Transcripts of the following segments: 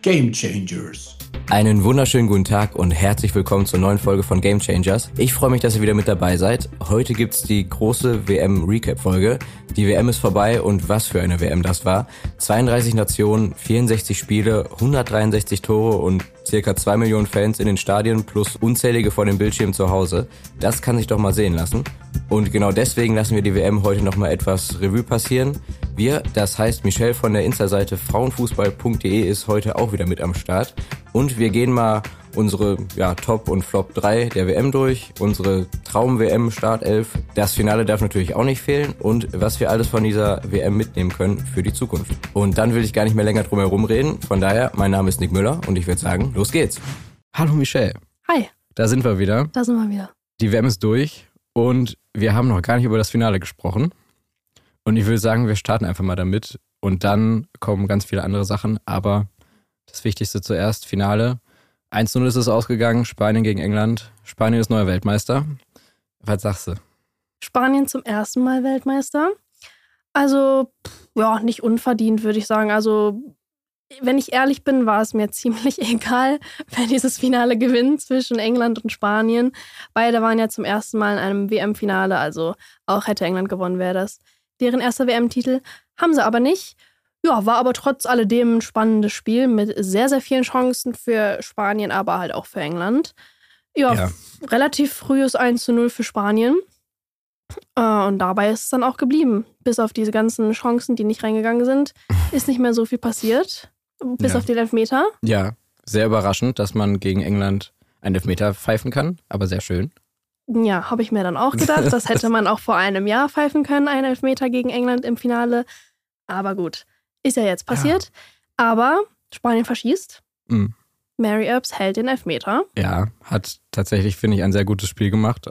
Game Changers. Einen wunderschönen guten Tag und herzlich willkommen zur neuen Folge von Game Changers. Ich freue mich, dass ihr wieder mit dabei seid. Heute gibt's die große WM-Recap-Folge. Die WM ist vorbei und was für eine WM das war. 32 Nationen, 64 Spiele, 163 Tore und circa 2 Millionen Fans in den Stadien plus unzählige vor dem Bildschirm zu Hause. Das kann sich doch mal sehen lassen. Und genau deswegen lassen wir die WM heute nochmal etwas Revue passieren. Wir, das heißt Michelle von der Insta-Seite frauenfußball.de ist heute auch wieder mit am Start. Und wir gehen mal unsere Top- und Flop 3 der WM durch, unsere Traum-WM-Startelf. Das Finale darf natürlich auch nicht fehlen und was wir alles von dieser WM mitnehmen können für die Zukunft. Und dann will ich gar nicht mehr länger drum herum reden. Von daher, mein Name ist Nick Müller und ich würde sagen, los geht's. Hallo Michelle. Hi. Da sind wir wieder. Die WM ist durch und wir haben noch gar nicht über das Finale gesprochen. Und ich würde sagen, wir starten einfach mal damit und dann kommen ganz viele andere Sachen, aber das Wichtigste zuerst, Finale. 1-0 ist es ausgegangen, Spanien gegen England. Spanien ist neuer Weltmeister. Was sagst du? Spanien zum ersten Mal Weltmeister. Also, nicht unverdient, würde ich sagen. Also, wenn ich ehrlich bin, war es mir ziemlich egal, wer dieses Finale gewinnt zwischen England und Spanien. Beide waren ja zum ersten Mal in einem WM-Finale, also auch hätte England gewonnen, wäre das deren erster WM-Titel. Haben sie aber nicht. Ja, war aber trotz alledem ein spannendes Spiel mit sehr, sehr vielen Chancen für Spanien, aber halt auch für England. Ja. Relativ frühes 1-0 für Spanien. Und dabei ist es dann auch geblieben. Bis auf diese ganzen Chancen, die nicht reingegangen sind, ist nicht mehr so viel passiert. Bis auf den Elfmeter. Ja, sehr überraschend, dass man gegen England einen Elfmeter pfeifen kann, aber sehr schön. Ja, habe ich mir dann auch gedacht. Das hätte man auch vor einem Jahr pfeifen können, einen Elfmeter gegen England im Finale. Aber gut, ist ja jetzt passiert. Ja. Aber Spanien verschießt. Mary Earps hält den Elfmeter. Ja, hat tatsächlich, finde ich, ein sehr gutes Spiel gemacht.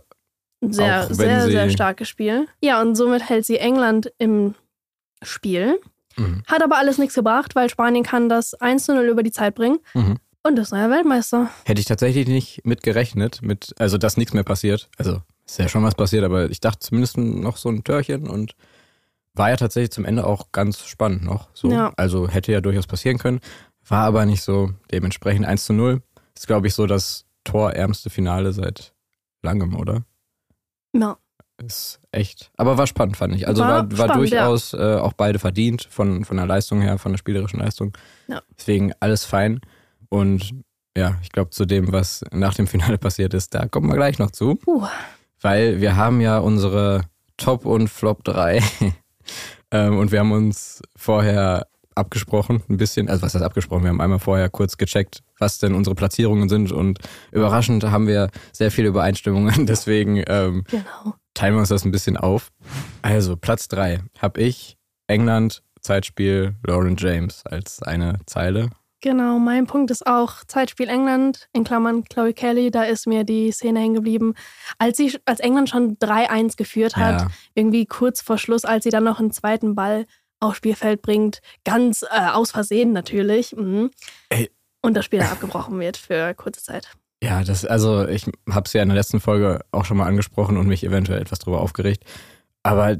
Sehr starkes Spiel. Ja, und somit hält sie England im Spiel. Hat aber alles nichts gebracht, weil Spanien kann das 1-0 über die Zeit bringen. Und ist neuer Weltmeister. Hätte ich tatsächlich nicht mit gerechnet, also dass nichts mehr passiert. Also ist ja schon was passiert, aber ich dachte zumindest noch so ein Törchen und war ja tatsächlich zum Ende auch ganz spannend noch. So. Ja. Also hätte ja durchaus passieren können, war aber nicht so. Dementsprechend 1-0 ist, glaube ich, so das torärmste Finale seit langem, oder? Ja. Ist echt. Aber war spannend, fand ich. Also war spannend, durchaus auch beide verdient von der Leistung her, von der spielerischen Leistung. Ja. Deswegen alles fein. Und ja, ich glaube, zu dem, was nach dem Finale passiert ist, da kommen wir gleich noch zu. Weil wir haben ja unsere Top- und Flop 3. Und wir haben uns vorher abgesprochen, ein bisschen, also was heißt abgesprochen? Wir haben einmal vorher kurz gecheckt, was denn unsere Platzierungen sind. Und überraschend haben wir sehr viele Übereinstimmungen. Deswegen teilen wir uns das ein bisschen auf. Also Platz 3 habe ich England, Zeitspiel, Lauren James als eine Zeile. Genau, mein Punkt ist auch Zeitspiel England, in Klammern Chloe Kelly, da ist mir die Szene hängen geblieben. Als England schon 3-1 geführt hat, irgendwie kurz vor Schluss, als sie dann noch einen zweiten Ball aufs Spielfeld bringt, ganz aus Versehen natürlich. Und das Spiel dann abgebrochen wird für kurze Zeit. Ja, ich habe es ja in der letzten Folge auch schon mal angesprochen und mich eventuell etwas drüber aufgeregt. Aber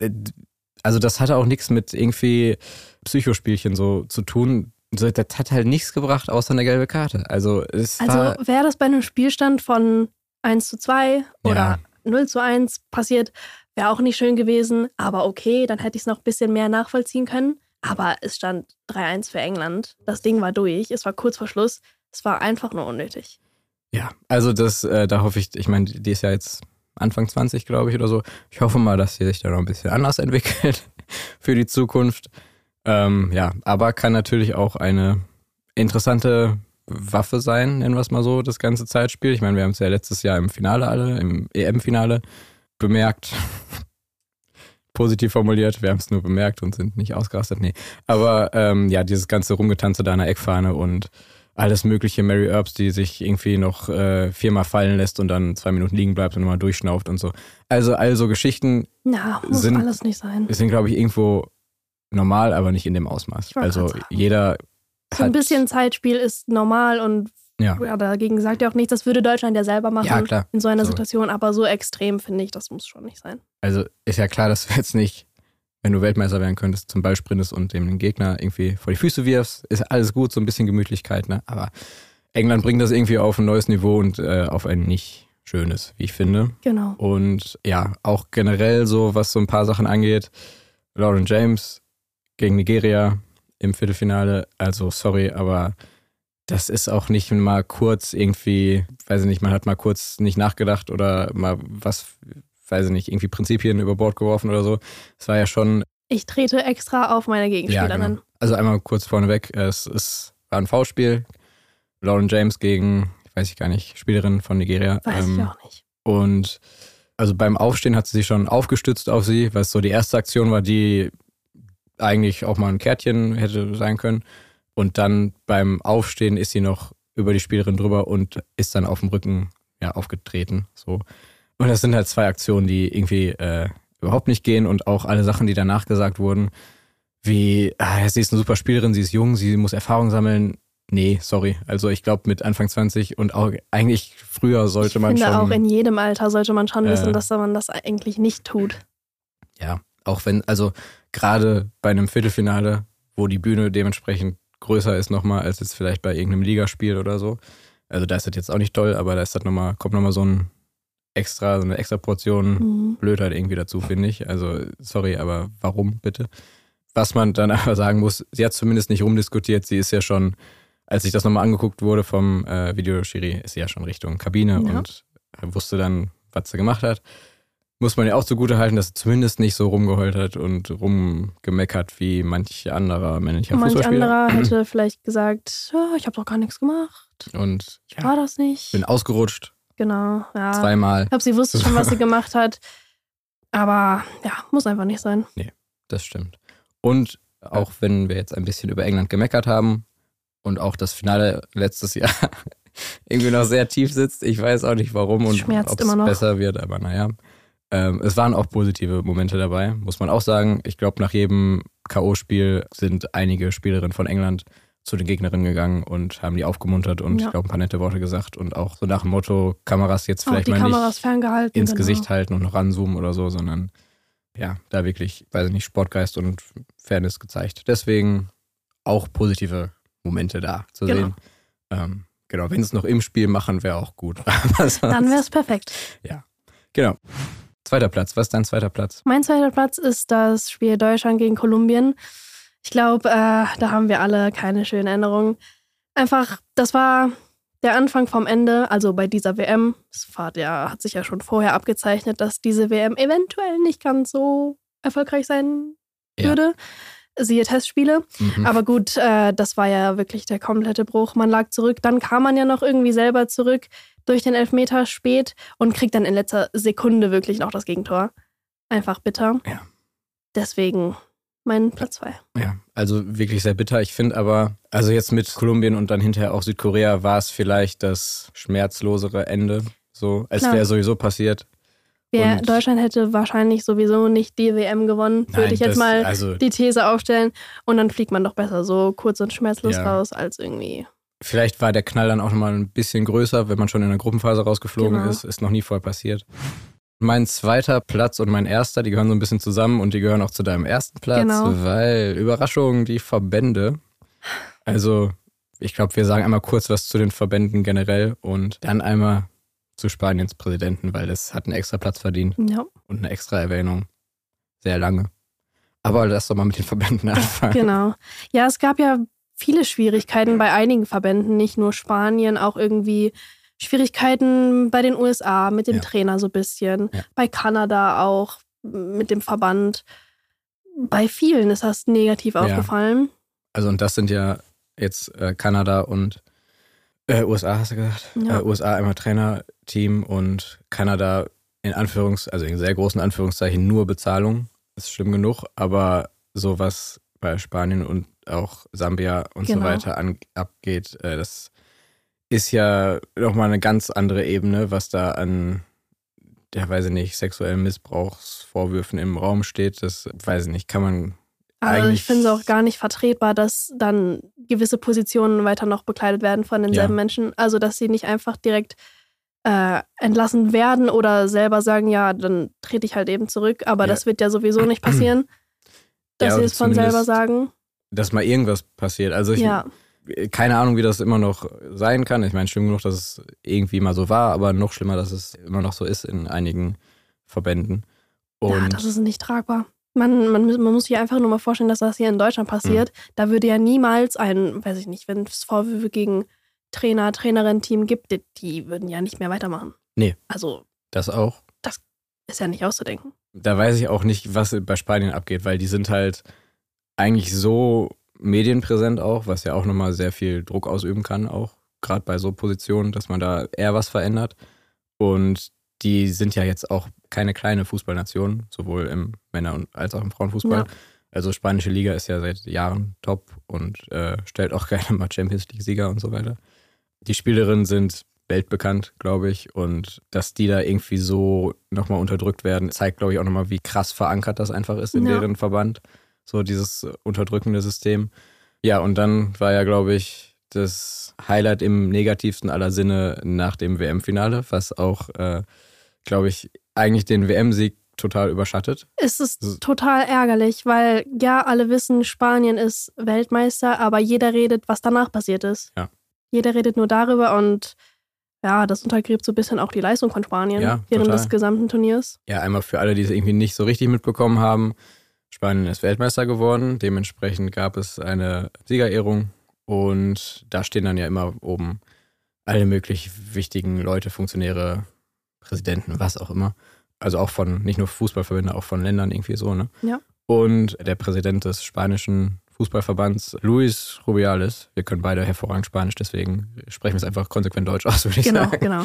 also das hatte auch nichts mit irgendwie Psychospielchen so zu tun. Das hat halt nichts gebracht, außer eine gelbe Karte. Also wäre das bei einem Spielstand von 1-2 oder 0-1 passiert, wäre auch nicht schön gewesen. Aber okay, dann hätte ich es noch ein bisschen mehr nachvollziehen können. Aber es stand 3-1 für England. Das Ding war durch. Es war kurz vor Schluss. Es war einfach nur unnötig. Ja, also da hoffe ich meine, die ist ja jetzt Anfang 20, glaube ich, oder so. Ich hoffe mal, dass sie sich da noch ein bisschen anders entwickelt für die Zukunft. Aber kann natürlich auch eine interessante Waffe sein, nennen wir es mal so, das ganze Zeitspiel. Ich meine, wir haben es ja letztes Jahr im Finale im EM-Finale bemerkt. Positiv formuliert, wir haben es nur bemerkt und sind nicht ausgerastet, nee. Aber dieses ganze Rumgetanze da an der Eckfahne und alles mögliche, Mary Earps, die sich irgendwie noch 4-mal fallen lässt und dann 2 Minuten liegen bleibt und nochmal durchschnauft und so. Also Geschichten muss alles nicht sein. Sind, glaube ich, irgendwo normal, aber nicht in dem Ausmaß. Also jeder so ein bisschen Zeitspiel ist normal und dagegen sagt ja auch nichts, das würde Deutschland ja selber machen in so einer Situation, aber so extrem finde ich, das muss schon nicht sein. Also ist ja klar, dass du jetzt nicht wenn du Weltmeister werden könntest, zum Ball sprintest und dem den Gegner irgendwie vor die Füße wirfst, ist alles gut, so ein bisschen Gemütlichkeit, ne? Aber England bringt das irgendwie auf ein neues Niveau und auf ein nicht schönes, wie ich finde. Genau. Und ja, auch generell so, was so ein paar Sachen angeht, Lauren James gegen Nigeria im Viertelfinale, also sorry, aber das ist auch nicht mal kurz irgendwie, weiß ich nicht, man hat mal kurz nicht nachgedacht oder mal was, weiß ich nicht, irgendwie Prinzipien über Bord geworfen oder so. Es war ja schon... Ich trete extra auf meine Gegenspielerin. Ja, genau. Also einmal kurz vorneweg, war ein Foulspiel. Lauren James gegen, weiß ich gar nicht, Spielerin von Nigeria. Weiß ich auch nicht. Und also beim Aufstehen hat sie sich schon aufgestützt auf sie, weil es so die erste Aktion war, die eigentlich auch mal ein Kärtchen hätte sein können. Und dann beim Aufstehen ist sie noch über die Spielerin drüber und ist dann auf dem Rücken aufgetreten. So. Und das sind halt 2 Aktionen, die irgendwie überhaupt nicht gehen und auch alle Sachen, die danach gesagt wurden, wie, sie ist eine super Spielerin, sie ist jung, sie muss Erfahrung sammeln. Nee, sorry. Also ich glaube mit Anfang 20 und auch eigentlich früher sollte man schon... Ich finde auch in jedem Alter sollte man schon wissen, dass man das eigentlich nicht tut. Ja, auch wenn, also gerade bei einem Viertelfinale, wo die Bühne dementsprechend größer ist nochmal, als jetzt vielleicht bei irgendeinem Ligaspiel oder so. Also da ist das jetzt auch nicht toll, aber da ist das kommt nochmal so eine extra Portion Blödheit irgendwie dazu, finde ich. Also sorry, aber warum bitte? Was man dann aber sagen muss, sie hat zumindest nicht rumdiskutiert, sie ist ja schon, als sich das nochmal angeguckt wurde vom Videoschiri, ist sie ja schon Richtung Kabine und wusste dann, was sie gemacht hat. Muss man ja auch zugute halten, dass sie zumindest nicht so rumgeheult hat und rumgemeckert wie manch anderer männlicher Fußballspieler. Manch anderer hätte vielleicht gesagt, oh, ich habe doch gar nichts gemacht. Und war das nicht? Bin ausgerutscht. Genau, ja. 2-mal. Ich glaube, sie wusste schon, was sie gemacht hat. Aber ja, muss einfach nicht sein. Nee, das stimmt. Und auch wenn wir jetzt ein bisschen über England gemeckert haben und auch das Finale letztes Jahr irgendwie noch sehr tief sitzt, ich weiß auch nicht warum und ob es besser wird, aber naja. Es waren auch positive Momente dabei, muss man auch sagen. Ich glaube, nach jedem K.O.-Spiel sind einige Spielerinnen von England zu den Gegnerinnen gegangen und haben die aufgemuntert und ich glaube, ein paar nette Worte gesagt und auch so nach dem Motto, Kameras jetzt vielleicht mal nicht ins Gesicht halten und noch ranzoomen oder so, sondern ja, da wirklich, weiß ich nicht, Sportgeist und Fairness gezeigt. Deswegen auch positive Momente da zu sehen. Genau, wenn es noch im Spiel machen, wäre auch gut. Dann wäre es perfekt. Ja, genau. 2. Platz. Was ist dein 2. Platz? Mein 2. Platz ist das Spiel Deutschland gegen Kolumbien. Ich glaube, da haben wir alle keine schönen Erinnerungen. Einfach, das war der Anfang vom Ende, also bei dieser WM. Hat sich ja schon vorher abgezeichnet, dass diese WM eventuell nicht ganz so erfolgreich sein würde. Siehe Testspiele. Aber gut, das war ja wirklich der komplette Bruch. Man lag zurück, dann kam man ja noch irgendwie selber zurück durch den Elfmeter spät und kriegt dann in letzter Sekunde wirklich noch das Gegentor. Einfach bitter. Ja. Deswegen mein Platz 2. Ja, also wirklich sehr bitter. Ich finde aber, also jetzt mit Kolumbien und dann hinterher auch Südkorea war es vielleicht das schmerzlosere Ende. So, es wäre sowieso passiert. Deutschland hätte wahrscheinlich sowieso nicht die WM gewonnen, würde ich jetzt mal die These aufstellen. Und dann fliegt man doch besser so kurz und schmerzlos raus, als irgendwie... Vielleicht war der Knall dann auch nochmal ein bisschen größer, wenn man schon in der Gruppenphase rausgeflogen ist. Ist noch nie vorher passiert. Mein 2. Platz und mein 1., die gehören so ein bisschen zusammen und die gehören auch zu deinem 1. Platz, weil, Überraschung, die Verbände. Also, ich glaube, wir sagen einmal kurz was zu den Verbänden generell und dann einmal zu Spaniens Präsidenten, weil das hat einen extra Platz verdient und eine extra Erwähnung. Sehr lange. Aber lass doch mal mit den Verbänden anfangen. Genau. Ja, es gab ja viele Schwierigkeiten bei einigen Verbänden, nicht nur Spanien, auch irgendwie Schwierigkeiten bei den USA mit dem Trainer so ein bisschen, bei Kanada auch mit dem Verband. Bei vielen ist das negativ aufgefallen. Also und das sind ja jetzt Kanada und USA, hast du gesagt? Ja. USA einmal Trainerteam und Kanada in sehr großen Anführungszeichen nur Bezahlung. Ist schlimm genug, aber sowas bei Spanien und auch Sambia und so weiter abgeht, das ist ja nochmal eine ganz andere Ebene, was da an, weiß ich nicht, sexuellen Missbrauchsvorwürfen im Raum steht. Das, weiß ich nicht, kann man Also ich finde es auch gar nicht vertretbar, dass dann gewisse Positionen weiter noch bekleidet werden von denselben Menschen. Also dass sie nicht einfach direkt entlassen werden oder selber sagen, ja, dann trete ich halt eben zurück. Aber das wird ja sowieso nicht passieren. dass sie es von selber sagen. Dass mal irgendwas passiert. Also keine Ahnung, wie das immer noch sein kann. Ich meine, schlimm genug, dass es irgendwie mal so war, aber noch schlimmer, dass es immer noch so ist in einigen Verbänden. Und das ist nicht tragbar. Man muss sich einfach nur mal vorstellen, dass das hier in Deutschland passiert. Da würde ja niemals weiß ich nicht, wenn es Vorwürfe gegen Trainer, Trainerin-Team gibt, die würden ja nicht mehr weitermachen. Nee. Also. Das auch. Das ist ja nicht auszudenken. Da weiß ich auch nicht, was bei Spanien abgeht, weil die sind halt eigentlich so medienpräsent auch, was ja auch nochmal sehr viel Druck ausüben kann, auch gerade bei so Positionen, dass man da eher was verändert. Und die sind ja jetzt auch keine kleine Fußballnation, sowohl im Männer- als auch im Frauenfußball. Ja. Also spanische Liga ist ja seit Jahren top und stellt auch gerne mal Champions League-Sieger und so weiter. Die Spielerinnen sind weltbekannt, glaube ich. Und dass die da irgendwie so nochmal unterdrückt werden, zeigt, glaube ich, auch nochmal, wie krass verankert das einfach ist in deren Verband. So dieses unterdrückende System. Ja, und dann war ja, glaube ich, das Highlight im negativsten aller Sinne nach dem WM-Finale, was auch, glaube ich, eigentlich den WM-Sieg total überschattet. Es ist total ärgerlich, weil ja, alle wissen, Spanien ist Weltmeister, aber jeder redet, was danach passiert ist. Ja. Jeder redet nur darüber und ja, das untergräbt so ein bisschen auch die Leistung von Spanien während des gesamten Turniers. Ja, einmal für alle, die es irgendwie nicht so richtig mitbekommen haben. Spanien ist Weltmeister geworden, dementsprechend gab es eine Siegerehrung und da stehen dann ja immer oben alle möglich wichtigen Leute, Funktionäre, Präsidenten, was auch immer. Also auch von, nicht nur Fußballverbände, auch von Ländern irgendwie so, ne? Ja. Und der Präsident des spanischen Fußballverbands, Luis Rubiales, wir können beide hervorragend Spanisch, deswegen sprechen wir es einfach konsequent Deutsch aus, würde ich sagen. Genau.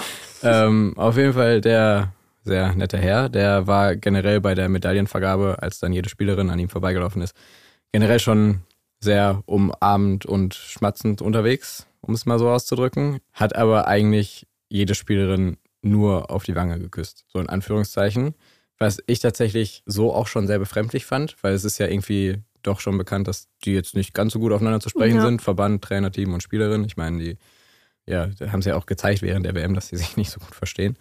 Auf jeden Fall der sehr netter Herr, der war generell bei der Medaillenvergabe, als dann jede Spielerin an ihm vorbeigelaufen ist, generell schon sehr umarmend und schmatzend unterwegs, um es mal so auszudrücken, hat aber eigentlich jede Spielerin nur auf die Wange geküsst, so in Anführungszeichen, was ich tatsächlich so auch schon sehr befremdlich fand, weil es ist ja irgendwie doch schon bekannt, dass die jetzt nicht ganz so gut aufeinander zu sprechen sind, Verband, Trainerteam und Spielerin. Ich meine, die haben es ja auch gezeigt während der WM, dass die sich nicht so gut verstehen.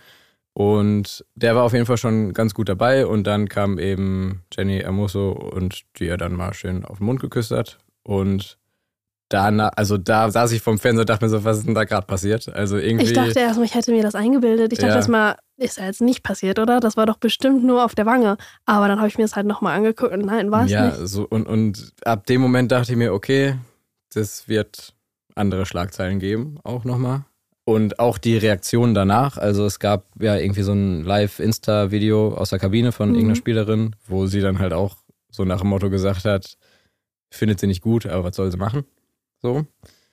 Und der war auf jeden Fall schon ganz gut dabei und dann kam eben Jenny Hermoso und die er dann mal schön auf den Mund geküsst hat und da saß ich vom Fernseher und dachte mir so, was ist denn da gerade passiert? Also irgendwie. Ich dachte erstmal, ich hätte mir das eingebildet. Ich dachte erstmal, ist ja jetzt nicht passiert, oder? Das war doch bestimmt nur auf der Wange. Aber dann habe ich mir das halt nochmal angeguckt und nein, war es nicht. Ja, so und ab dem Moment dachte ich mir, okay, das wird andere Schlagzeilen geben, auch nochmal. Und auch die Reaktion danach, also es gab ja irgendwie so ein Live-Insta-Video aus der Kabine von irgendeiner Spielerin, wo sie dann halt auch so nach dem Motto gesagt hat, findet sie nicht gut, aber was soll sie machen? So.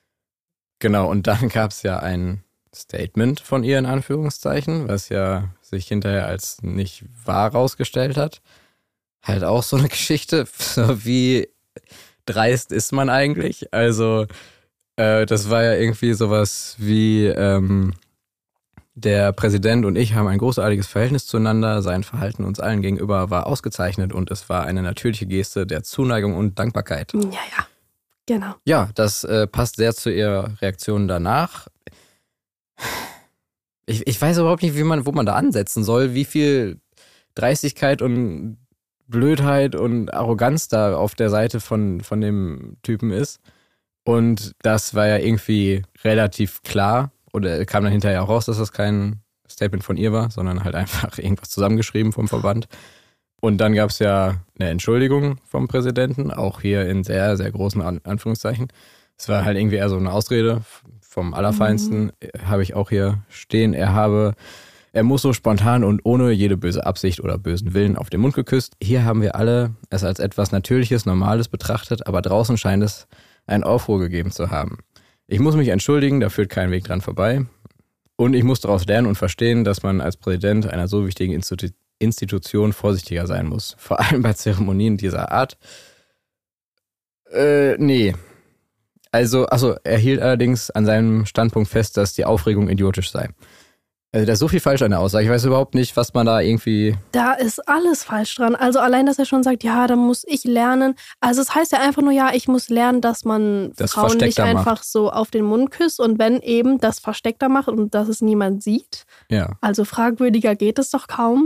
Genau, und dann gab es ja ein Statement von ihr in Anführungszeichen, was ja sich hinterher als nicht wahr rausgestellt hat. Halt auch so eine Geschichte, so wie dreist ist man eigentlich? Also das war ja irgendwie sowas wie der Präsident und ich haben ein großartiges Verhältnis zueinander, sein Verhalten uns allen gegenüber war ausgezeichnet und es war eine natürliche Geste der Zuneigung und Dankbarkeit. Ja, genau. Ja, das passt sehr zu ihrer Reaktion danach. Ich weiß überhaupt nicht, wo man da ansetzen soll, wie viel Dreistigkeit und Blödheit und Arroganz da auf der Seite von dem Typen ist. Und das war ja irgendwie relativ klar, oder kam dann hinterher auch raus, dass das kein Statement von ihr war, sondern halt einfach irgendwas zusammengeschrieben vom Verband. Und dann gab es ja eine Entschuldigung vom Präsidenten, auch hier in sehr, sehr großen Anführungszeichen. Es war halt irgendwie eher so eine Ausrede vom Allerfeinsten, habe ich auch hier stehen. Er muss so spontan und ohne jede böse Absicht oder bösen Willen auf den Mund geküsst. Hier haben wir alle es als etwas Natürliches, Normales betrachtet, aber draußen scheint es einen Aufruhr gegeben zu haben. Ich muss mich entschuldigen, da führt kein Weg dran vorbei. Und ich muss daraus lernen und verstehen, dass man als Präsident einer so wichtigen Institution vorsichtiger sein muss. Vor allem bei Zeremonien dieser Art. Nee. Also, er hielt allerdings an seinem Standpunkt fest, dass die Aufregung idiotisch sei. Also da ist so viel falsch an der Aussage. Ich weiß überhaupt nicht, was man da irgendwie... Da ist alles falsch dran. Also allein, dass er schon sagt, ja, da muss ich lernen. Also es heißt ja einfach nur, ja, ich muss lernen, dass man das Frauen nicht einfach macht. So auf den Mund küsst und wenn eben das versteckter macht und dass es niemand sieht. Ja. Also fragwürdiger geht es doch kaum.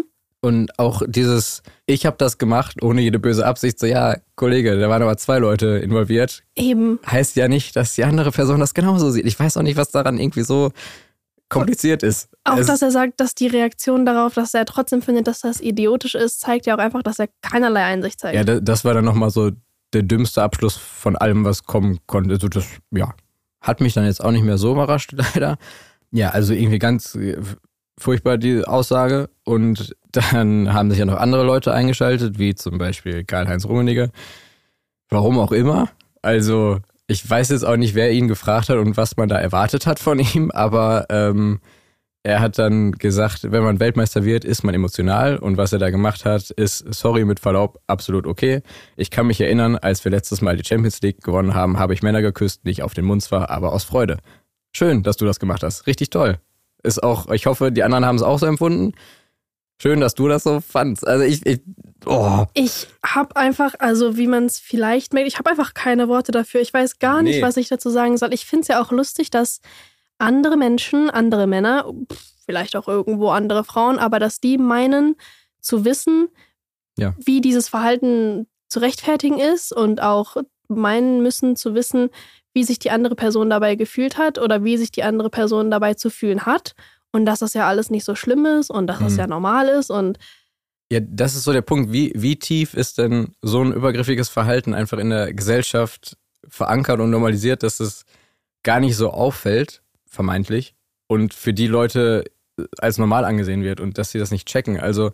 Und auch dieses, ich habe das gemacht, ohne jede böse Absicht, so ja, Kollege, da waren aber 2 Leute involviert. Eben. Heißt ja nicht, dass die andere Person das genauso sieht. Ich weiß auch nicht, was daran irgendwie so kompliziert ist. Auch, dass er sagt, dass die Reaktion darauf, dass er trotzdem findet, dass das idiotisch ist, zeigt ja auch einfach, dass er keinerlei Einsicht zeigt. Ja, das war dann nochmal so der dümmste Abschluss von allem, was kommen konnte. Also das, ja, hat mich dann jetzt auch nicht mehr so überrascht, leider. Ja, also irgendwie ganz furchtbar die Aussage. Und dann haben sich ja noch andere Leute eingeschaltet, wie zum Beispiel Karl-Heinz Rummenigge. Warum auch immer. Also ich weiß jetzt auch nicht, wer ihn gefragt hat und was man da erwartet hat von ihm, aber er hat dann gesagt, wenn man Weltmeister wird, ist man emotional und was er da gemacht hat, ist, sorry, mit Verlaub, absolut okay. Ich kann mich erinnern, als wir letztes Mal die Champions League gewonnen haben, habe ich Männer geküsst, nicht auf den Mund zwar, aber aus Freude. Schön, dass du das gemacht hast. Richtig toll. Ist auch, ich hoffe, die anderen haben es auch so empfunden. Schön, dass du das so fandst. Also ich habe einfach, also wie man es vielleicht merkt, ich habe einfach keine Worte dafür. Ich weiß gar nicht, was ich dazu sagen soll. Ich finde es ja auch lustig, dass andere Menschen, andere Männer, vielleicht auch irgendwo andere Frauen, aber dass die meinen zu wissen, wie dieses Verhalten zu rechtfertigen ist und auch meinen müssen zu wissen, wie sich die andere Person dabei gefühlt hat oder wie sich die andere Person dabei zu fühlen hat und dass das ja alles nicht so schlimm ist und dass das ja normal ist und ja, das ist so der Punkt. Wie tief ist denn so ein übergriffiges Verhalten einfach in der Gesellschaft verankert und normalisiert, dass es gar nicht so auffällt, vermeintlich, und für die Leute als normal angesehen wird und dass sie das nicht checken. Also,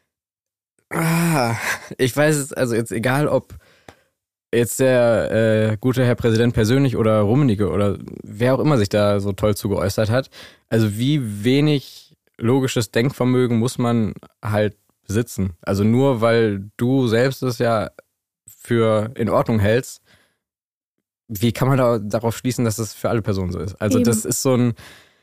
ich weiß es, also jetzt egal, ob jetzt der gute Herr Präsident persönlich oder Rummenigge oder wer auch immer sich da so toll zu geäußert hat, also wie wenig logisches Denkvermögen muss man halt besitzen. Also nur weil du selbst es ja für in Ordnung hältst, wie kann man da darauf schließen, dass das für alle Personen so ist? Also das ist so ein,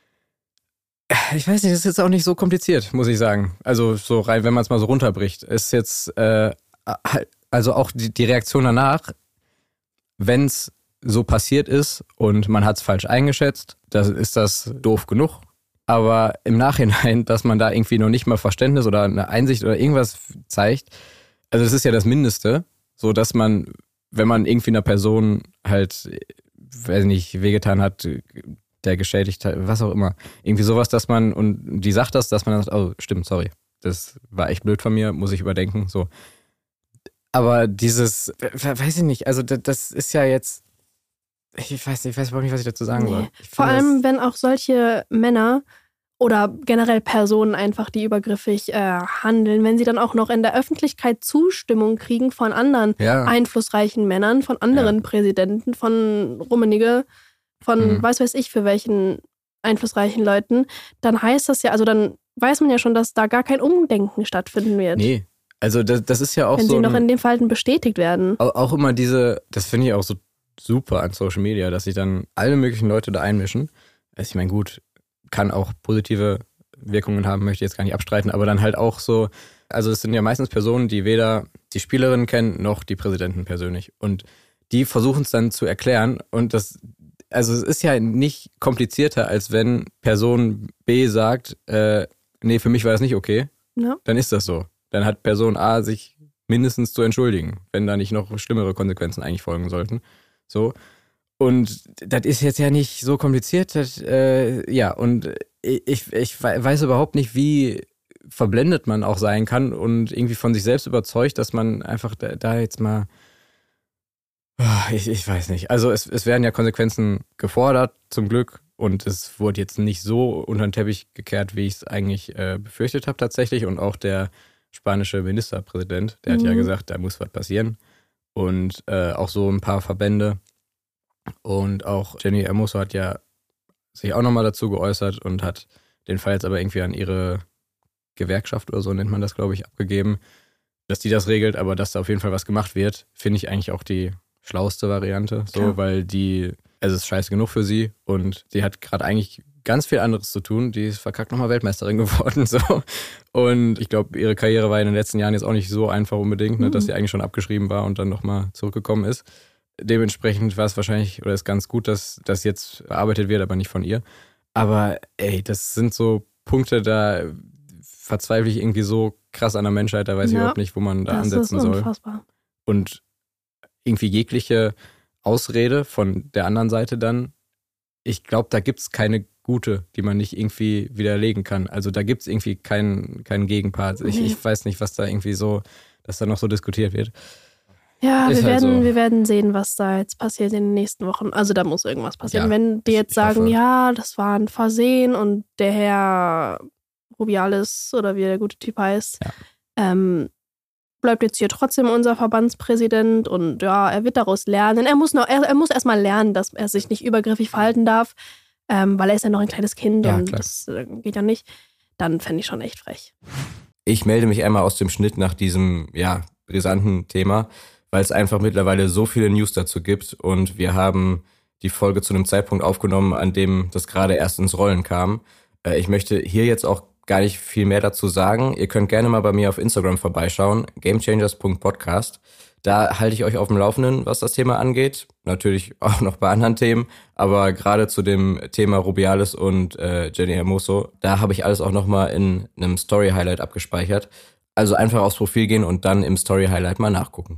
ich weiß nicht, das ist jetzt auch nicht so kompliziert, muss ich sagen. Also so rein, wenn man es mal so runterbricht, ist jetzt, also auch die Reaktion danach, wenn es so passiert ist und man hat es falsch eingeschätzt, dann ist das doof genug. Aber im Nachhinein, dass man da irgendwie noch nicht mal Verständnis oder eine Einsicht oder irgendwas zeigt, also das ist ja das Mindeste, so dass man, wenn man irgendwie einer Person halt, weiß nicht, wehgetan hat, der geschädigt hat, was auch immer, irgendwie sowas, dass man, und die sagt das, dass man dann sagt, oh, stimmt, sorry, das war echt blöd von mir, muss ich überdenken, so. Aber dieses, weiß ich nicht, also das ist ja jetzt, ich weiß überhaupt nicht, was ich dazu sagen soll. Vor allem, wenn auch solche Männer oder generell Personen einfach, die übergriffig handeln, wenn sie dann auch noch in der Öffentlichkeit Zustimmung kriegen von anderen einflussreichen Männern, von anderen Präsidenten, von Rummenigge, von weiß ich für welchen einflussreichen Leuten, dann heißt das ja, also dann weiß man ja schon, dass da gar kein Umdenken stattfinden wird. Nee, also das ist ja auch wenn so. Wenn sie noch in dem Verhalten bestätigt werden. Auch immer das finde ich auch so super an Social Media, dass sich dann alle möglichen Leute da einmischen. Also ich meine, gut, kann auch positive Wirkungen haben, möchte ich jetzt gar nicht abstreiten, aber dann halt auch so, also es sind ja meistens Personen, die weder die Spielerinnen kennen, noch die Präsidenten persönlich. Und die versuchen es dann zu erklären und also es ist ja nicht komplizierter, als wenn Person B sagt, nee, für mich war das nicht okay, dann ist das so. Dann hat Person A sich mindestens zu entschuldigen, wenn da nicht noch schlimmere Konsequenzen eigentlich folgen sollten. So. Und das ist jetzt ja nicht so kompliziert. Und ich weiß überhaupt nicht, wie verblendet man auch sein kann und irgendwie von sich selbst überzeugt, dass man einfach da jetzt mal, ich weiß nicht. Also es werden ja Konsequenzen gefordert, zum Glück. Und es wurde jetzt nicht so unter den Teppich gekehrt, wie ich es eigentlich befürchtet habe tatsächlich. Und auch der spanische Ministerpräsident, der hat ja gesagt, da muss was passieren. Und auch so ein paar Verbände. Und auch Jenny Hermoso hat ja sich auch nochmal dazu geäußert und hat den Fall jetzt aber irgendwie an ihre Gewerkschaft oder so nennt man das, glaube ich, abgegeben, dass die das regelt, aber dass da auf jeden Fall was gemacht wird, finde ich eigentlich auch die schlauste Variante, so, weil es ist scheiße genug für sie und sie hat gerade eigentlich ganz viel anderes zu tun. Die ist verkackt nochmal Weltmeisterin geworden, so. Und ich glaube, ihre Karriere war in den letzten Jahren jetzt auch nicht so einfach unbedingt, ne, dass sie eigentlich schon abgeschrieben war und dann nochmal zurückgekommen ist. Dementsprechend war es wahrscheinlich, oder ist ganz gut, dass das jetzt bearbeitet wird, aber nicht von ihr. Aber ey, das sind so Punkte, da verzweifle ich irgendwie so krass an der Menschheit, da weiß ich überhaupt nicht, wo man da ansetzen soll. Das ist unfassbar. Und irgendwie jegliche Ausrede von der anderen Seite dann, ich glaube, da gibt's keine gute, die man nicht irgendwie widerlegen kann. Also da gibt's irgendwie keinen Gegenpart. Ich weiß nicht, was da irgendwie so, dass da noch so diskutiert wird. Ja, wir werden sehen, was da jetzt passiert in den nächsten Wochen. Also da muss irgendwas passieren. Ja, wenn die jetzt sagen, hoffe. Ja, das war ein Versehen und der Herr Rubiales oder wie der gute Typ heißt, bleibt jetzt hier trotzdem unser Verbandspräsident und ja, er wird daraus lernen. Er muss erstmal lernen, dass er sich nicht übergriffig verhalten darf, weil er ist ja noch ein kleines Kind und klar. Das geht ja nicht. Dann fände ich schon echt frech. Ich melde mich einmal aus dem Schnitt nach diesem, brisanten Thema, weil es einfach mittlerweile so viele News dazu gibt und wir haben die Folge zu einem Zeitpunkt aufgenommen, an dem das gerade erst ins Rollen kam. Ich möchte hier jetzt auch gar nicht viel mehr dazu sagen. Ihr könnt gerne mal bei mir auf Instagram vorbeischauen, gamechangers.podcast. Da halte ich euch auf dem Laufenden, was das Thema angeht. Natürlich auch noch bei anderen Themen, aber gerade zu dem Thema Rubiales und Jenny Hermoso, da habe ich alles auch nochmal in einem Story-Highlight abgespeichert. Also einfach aufs Profil gehen und dann im Story-Highlight mal nachgucken.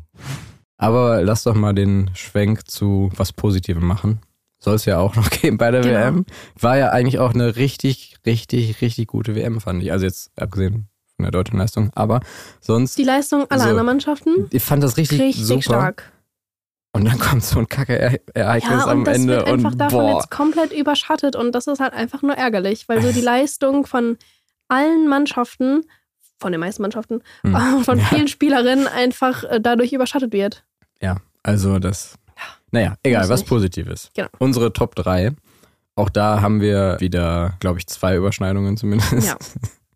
Aber lass doch mal den Schwenk zu was Positivem machen. Soll es ja auch noch geben bei der WM. War ja eigentlich auch eine richtig, richtig, richtig gute WM, fand ich. Also jetzt abgesehen von der deutschen Leistung, aber sonst... Die Leistung aller anderen Mannschaften? Ich fand das richtig super. Stark. Und dann kommt so ein Kacke-Ereignis am Ende. Und das wird einfach davon jetzt komplett überschattet und das ist halt einfach nur ärgerlich, weil so die Leistung von allen Mannschaften, von den meisten Mannschaften, von vielen Spielerinnen einfach dadurch überschattet wird. Ja, also das... Naja, egal, was Positives. Genau. Unsere Top 3, auch da haben wir wieder, glaube ich, 2 Überschneidungen zumindest. Ja.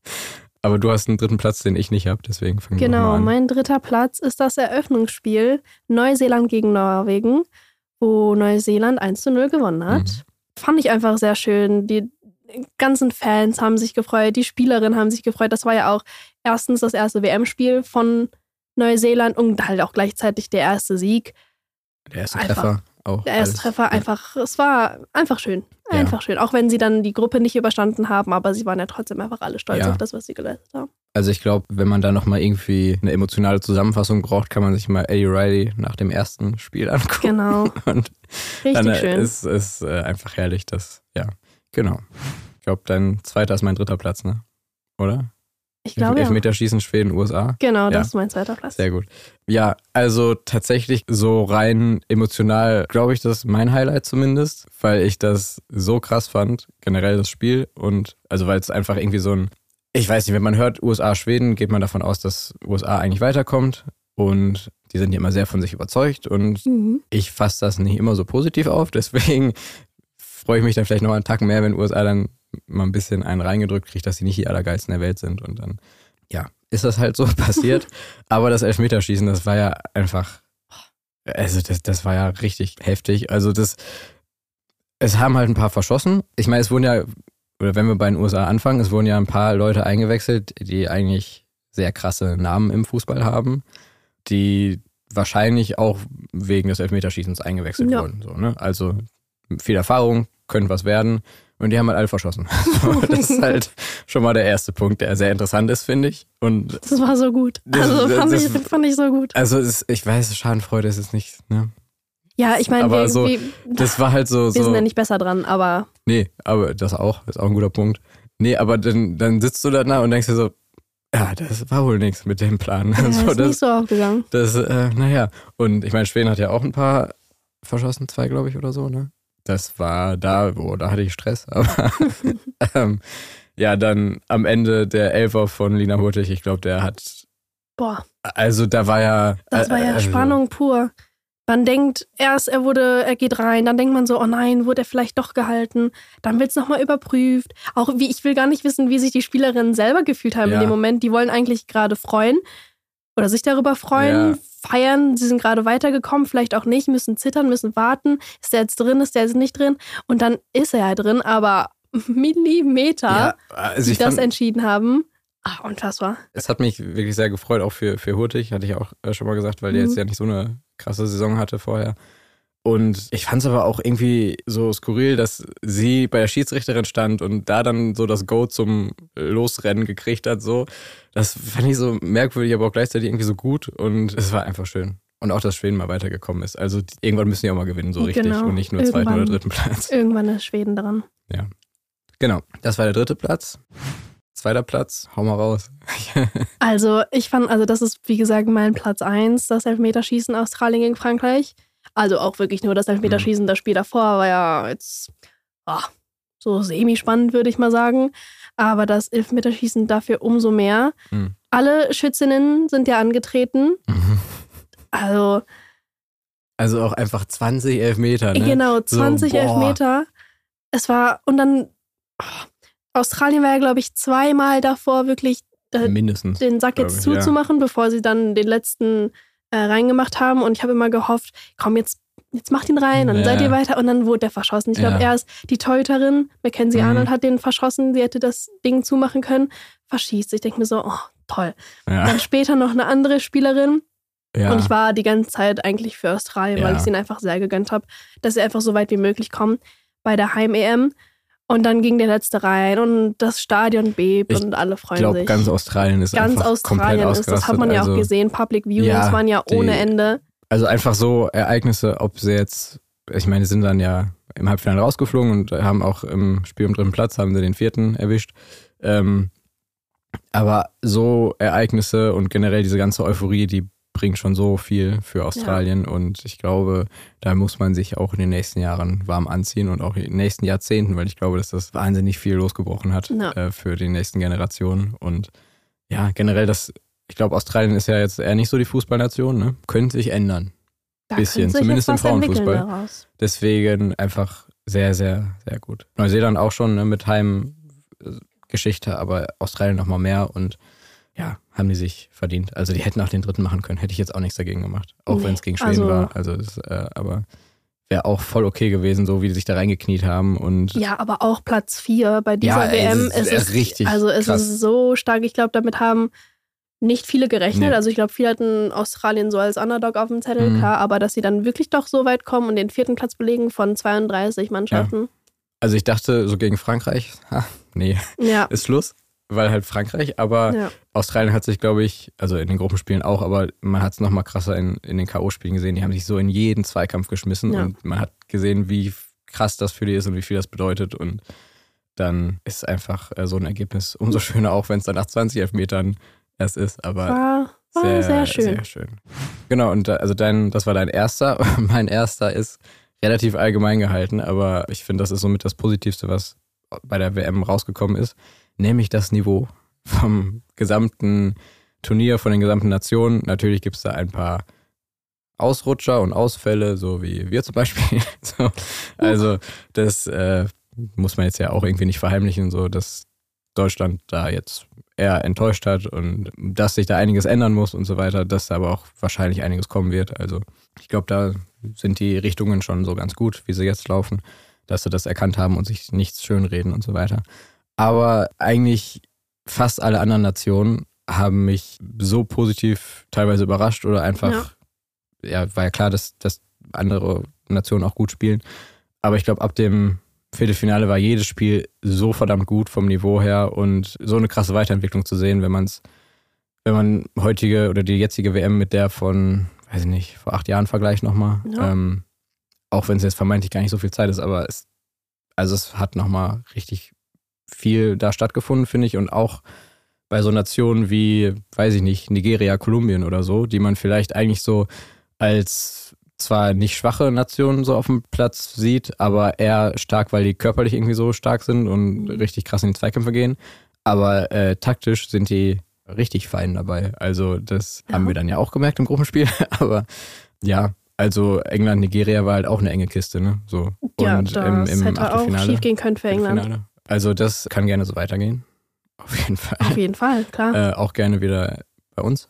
Aber du hast einen dritten Platz, den ich nicht habe, deswegen fangen wir mal an. Genau, mein dritter Platz ist das Eröffnungsspiel Neuseeland gegen Norwegen, wo Neuseeland 1:0 gewonnen hat. Fand ich einfach sehr schön. Die ganzen Fans haben sich gefreut, die Spielerinnen haben sich gefreut. Das war ja auch erstens das erste WM-Spiel von Neuseeland und halt auch gleichzeitig der erste Sieg. Der erste Treffer auch. Der erste Treffer einfach, es war einfach schön. Einfach schön. Auch wenn sie dann die Gruppe nicht überstanden haben, aber sie waren ja trotzdem einfach alle stolz auf das, was sie geleistet haben. Also ich glaube, wenn man da nochmal irgendwie eine emotionale Zusammenfassung braucht, kann man sich mal Eddie Riley nach dem ersten Spiel angucken. Genau. Und richtig dann schön. Ist einfach herrlich, das, genau. Ich glaube, dein zweiter ist mein dritter Platz, ne? Oder? Ich glaube, Elfmeterschießen, Schweden, USA. Genau, das ist mein zweiter Platz. Sehr gut. Ja, also tatsächlich so rein emotional, glaube ich, das ist mein Highlight zumindest, weil ich das so krass fand, generell das Spiel. Und also weil es einfach irgendwie so ich weiß nicht, wenn man hört USA, Schweden, geht man davon aus, dass USA eigentlich weiterkommt. Und die sind ja immer sehr von sich überzeugt. Und ich fasse das nicht immer so positiv auf. Deswegen freue ich mich dann vielleicht noch einen Tag mehr, wenn USA dann mal ein bisschen einen reingedrückt kriegt, dass sie nicht die Allergeilsten der Welt sind. Und dann, ist das halt so passiert. Aber das Elfmeterschießen, das war ja einfach, also das war ja richtig heftig. Also es haben halt ein paar verschossen. Ich meine, es wurden ja, oder wenn wir bei den USA anfangen, es wurden ja ein paar Leute eingewechselt, die eigentlich sehr krasse Namen im Fußball haben, die wahrscheinlich auch wegen des Elfmeterschießens eingewechselt wurden. So, ne? Also viel Erfahrung, können was werden. Und die haben halt alle verschossen. Das ist halt schon mal der erste Punkt, der sehr interessant ist, finde ich. Und das war so gut. Also fand ich so gut. Also ich weiß, Schadenfreude ist es nicht, ne? Ja, ich meine, das war halt so. Wir sind ja nicht besser dran, aber. Nee, aber das auch, ist auch ein guter Punkt. Nee, aber dann sitzt du da und denkst dir so, ja, das war wohl nichts mit dem Plan. Ja, ist nicht so aufgegangen. Und ich meine, Schweden hat ja auch ein paar verschossen, 2, glaube ich, oder so, ne? Das war da hatte ich Stress, aber dann am Ende der Elfer von Lina Hurtig, ich glaube, der hat... Boah. Also da war ja... Das war ja Spannung pur. Man denkt erst, er geht rein, dann denkt man so, oh nein, wurde er vielleicht doch gehalten. Dann wird es nochmal überprüft. Ich will gar nicht wissen, wie sich die Spielerinnen selber gefühlt haben in dem Moment. Die wollen eigentlich gerade freuen oder sich darüber freuen, feiern. Sie sind gerade weitergekommen, vielleicht auch nicht, müssen zittern, müssen warten. Ist der jetzt drin, ist der jetzt nicht drin? Und dann ist er ja drin, aber Millimeter, die das entschieden haben. Ach, unfassbar. Es hat mich wirklich sehr gefreut, auch für Hurtig, hatte ich auch schon mal gesagt, weil der jetzt ja nicht so eine krasse Saison hatte vorher. Und ich fand es aber auch irgendwie so skurril, dass sie bei der Schiedsrichterin stand und da dann so das Go zum Losrennen gekriegt hat. So, das fand ich so merkwürdig, aber auch gleichzeitig irgendwie so gut. Und es war einfach schön. Und auch, dass Schweden mal weitergekommen ist. Also irgendwann müssen die auch mal gewinnen, so richtig. Genau. Und nicht nur zweiten oder dritten Platz. Irgendwann ist Schweden dran. Ja. Genau. Das war der 3. Platz. 2. Platz. Hau mal raus. Also ich fand, das ist wie gesagt mein Platz 1, das Elfmeterschießen Australien gegen Frankreich. Also auch wirklich nur das Elfmeterschießen. Das Spiel davor war ja jetzt so semi-spannend, würde ich mal sagen. Aber das Elfmeterschießen dafür umso mehr. Alle Schützinnen sind ja angetreten. Also auch einfach 20 Elfmeter, ne? Genau, 20 Elfmeter. Es war, und dann, Australien war ja, glaube ich, zweimal davor wirklich mindestens den Sack jetzt zuzumachen, bevor sie dann den letzten reingemacht haben. Und ich habe immer gehofft, komm, jetzt macht ihn rein, dann seid ihr weiter. Und dann wurde der verschossen. Ich glaube, erst die Torhüterin, Mackenzie Arnold, hat den verschossen. Sie hätte das Ding zumachen können. Verschießt. Ich denke mir so, toll. Ja. Dann später noch eine andere Spielerin. Ja. Und ich war die ganze Zeit eigentlich für Australien, weil ich es ihnen einfach sehr gegönnt habe, dass sie einfach so weit wie möglich kommen bei der Heim-EM. Und dann ging der letzte rein und das Stadion bebt und alle freuen sich. Ich glaube, ganz Australien ist einfach komplett ausgerastet. Das hat man ja auch gesehen. Public Viewings waren ja ohne Ende. Also einfach so Ereignisse, ob sie jetzt, ich meine, sind dann ja im Halbfinale rausgeflogen und haben auch im Spiel um 3. Platz, haben sie den 4. erwischt. Aber so Ereignisse und generell diese ganze Euphorie, die bringt schon so viel für Australien und ich glaube, da muss man sich auch in den nächsten Jahren warm anziehen und auch in den nächsten Jahrzehnten, weil ich glaube, dass das wahnsinnig viel losgebrochen hat für die nächsten Generationen und ja, generell ich glaube, Australien ist ja jetzt eher nicht so die Fußballnation, ne? Könnte sich ändern. Ein bisschen, zumindest im Frauenfußball. Deswegen einfach sehr, sehr, sehr gut. Neuseeland auch schon, ne, mit Heimgeschichte, aber Australien nochmal mehr und ja, haben die sich verdient. Also die hätten auch den 3. machen können. Hätte ich jetzt auch nichts dagegen gemacht. Auch wenn es gegen Schweden war. Also aber wäre auch voll okay gewesen, so wie die sich da reingekniet haben. Und ja, aber auch Platz 4 bei dieser WM. Es ist richtig krass. Ist so stark. Ich glaube, damit haben nicht viele gerechnet. Nee. Also ich glaube, viele hatten Australien so als Underdog auf dem Zettel, klar. Aber dass sie dann wirklich doch so weit kommen und den 4. Platz belegen von 32 Mannschaften. Ja. Also ich dachte, so gegen Frankreich, ist Schluss. Weil halt Frankreich, aber Australien hat sich, glaube ich, also in den Gruppenspielen auch, aber man hat es nochmal krasser in den K.O.-Spielen gesehen. Die haben sich so in jeden Zweikampf geschmissen und man hat gesehen, wie krass das für die ist und wie viel das bedeutet. Und dann ist einfach so ein Ergebnis umso schöner, auch wenn es dann nach 20 Elfmetern erst ist. Aber war sehr schön. Sehr schön. Genau, und das war dein erster. Mein erster ist relativ allgemein gehalten, aber ich finde, das ist somit das Positivste, was bei der WM rausgekommen ist. Nämlich das Niveau vom gesamten Turnier, von den gesamten Nationen. Natürlich gibt es da ein paar Ausrutscher und Ausfälle, so wie wir zum Beispiel. Also das muss man jetzt ja auch irgendwie nicht verheimlichen, so dass Deutschland da jetzt eher enttäuscht hat und dass sich da einiges ändern muss und so weiter, dass da aber auch wahrscheinlich einiges kommen wird. Also ich glaube, da sind die Richtungen schon so ganz gut, wie sie jetzt laufen, dass sie das erkannt haben und sich nichts schönreden und so weiter. Aber eigentlich fast alle anderen Nationen haben mich so positiv teilweise überrascht oder einfach, war ja klar, dass andere Nationen auch gut spielen. Aber ich glaube, ab dem Viertelfinale war jedes Spiel so verdammt gut vom Niveau her und so eine krasse Weiterentwicklung zu sehen, wenn man heutige oder die jetzige WM mit der von, weiß ich nicht, vor 8 Jahren vergleicht nochmal. Ja. Auch wenn es jetzt vermeintlich gar nicht so viel Zeit ist, aber es hat nochmal richtig viel da stattgefunden, finde ich. Und auch bei so Nationen wie, weiß ich nicht, Nigeria, Kolumbien oder so, die man vielleicht eigentlich so als zwar nicht schwache Nationen so auf dem Platz sieht, aber eher stark, weil die körperlich irgendwie so stark sind und richtig krass in die Zweikämpfe gehen. Aber taktisch sind die richtig fein dabei. Also das haben wir dann ja auch gemerkt im Gruppenspiel. Aber ja, also England, Nigeria war halt auch eine enge Kiste, ne? So. Ja, und das im hätte auch schief gehen können für England. Also das kann gerne so weitergehen. Auf jeden Fall. Auf jeden Fall, klar. Auch gerne wieder bei uns.